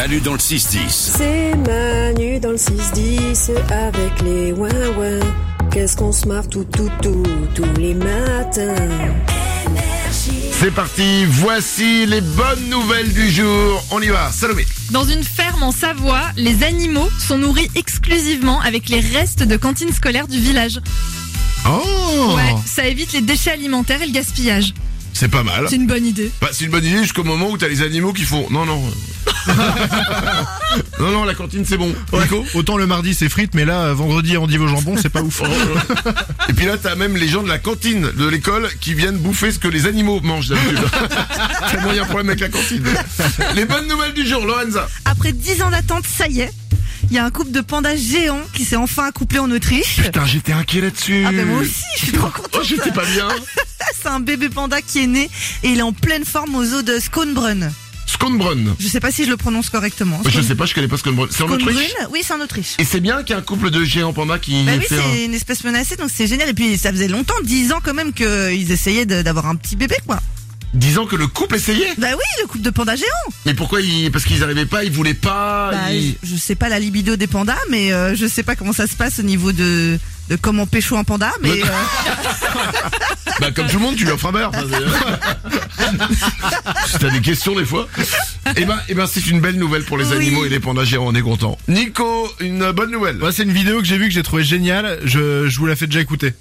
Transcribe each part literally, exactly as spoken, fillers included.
Manu dans le six dix. C'est Manu dans le six dix avec les ouin-ouin. Qu'est-ce qu'on se marre tout, tout, tout, tous les matins. C'est parti, voici les bonnes nouvelles du jour. On y va, Salomé. Dans une ferme en Savoie, les animaux sont nourris exclusivement avec les restes de cantine scolaire du village. Oh Ouais, ça évite les déchets alimentaires et le gaspillage. C'est pas mal. C'est une bonne idée. Bah, c'est une bonne idée jusqu'au moment où t'as les animaux qui font non non non non la cantine c'est bon. Ouais. Nico. Autant le mardi c'est frites, mais là vendredi endive au jambon c'est pas ouf. Et puis là t'as même les gens de la cantine de l'école qui viennent bouffer ce que les animaux mangent d'habitude. C'est moyen problème avec la cantine. Les bonnes nouvelles du jour, Lorenza. Après dix ans d'attente, ça y est, il y a un couple de pandas géants qui s'est enfin accouplé en Autriche. Putain, j'étais inquiet là-dessus. Ah ben moi aussi, je suis trop contente. Oh, j'étais pas bien. C'est un bébé panda qui est né et il est en pleine forme aux eaux de Skånebrunn. Skånebrunn. Je sais pas si je le prononce correctement. Moi, je sais pas, je connais pas Skånebrunn. C'est en Autriche. Skånebrunn, oui, c'est en Autriche. Et c'est bien qu'il y ait un couple de géants pandas qui Bah oui, fait un... c'est une espèce menacée, donc c'est génial. Et puis ça faisait longtemps, dix ans quand même, qu'ils essayaient de- d'avoir un petit bébé, quoi. disant que le couple essayait. Bah oui, le couple de pandas géants. Mais pourquoi ils... Parce qu'ils arrivaient pas, ils voulaient pas. Bah, ils... je, je sais pas la libido des pandas, mais euh, je sais pas comment ça se passe au niveau de, de comment pécho un panda, mais Le- euh, Bah comme tout le monde, tu lui offres un beurre. Enfin, c'est- si t'as des questions des fois. Eh ben, eh ben c'est une belle nouvelle pour les Oui. animaux et les pandas géants, on est content. Nico, une bonne nouvelle. Moi c'est une vidéo que j'ai vue que j'ai trouvé géniale. Je, je vous la fais déjà écouter.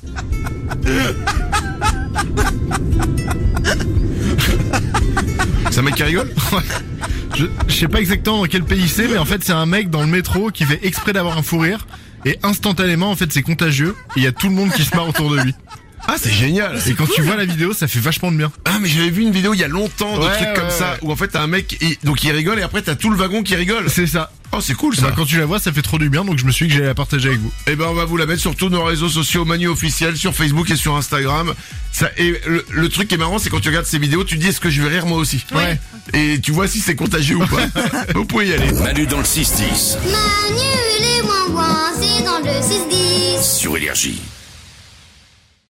C'est un mec qui rigole. Je, je sais pas exactement dans quel pays c'est, mais en fait c'est un mec dans le métro qui fait exprès d'avoir un fou rire et instantanément en fait c'est contagieux et il y a tout le monde qui se marre autour de lui. Ah c'est génial. Et quand tu vois la vidéo, ça fait vachement de bien. Ah mais j'avais vu une vidéo il y a longtemps de Ouais, trucs comme ouais, ça ouais. où en fait t'as un mec et, donc il rigole et après t'as tout le wagon qui rigole. C'est ça. Oh c'est cool ça. Bah, quand tu la vois, ça fait trop du bien, donc je me suis dit que j'allais la partager avec vous. Eh ben on va vous la mettre sur tous nos réseaux sociaux Manu officiel, sur Facebook et sur Instagram. Ça et le, le truc qui est marrant c'est quand tu regardes ces vidéos, tu te dis est-ce que je vais rire moi aussi. Ouais. Et tu vois si c'est contagieux ou pas. Vous pouvez y aller. Manu dans le six dix. Manu et les ouin-ouin, c'est dans le six dix. Sur Énergie.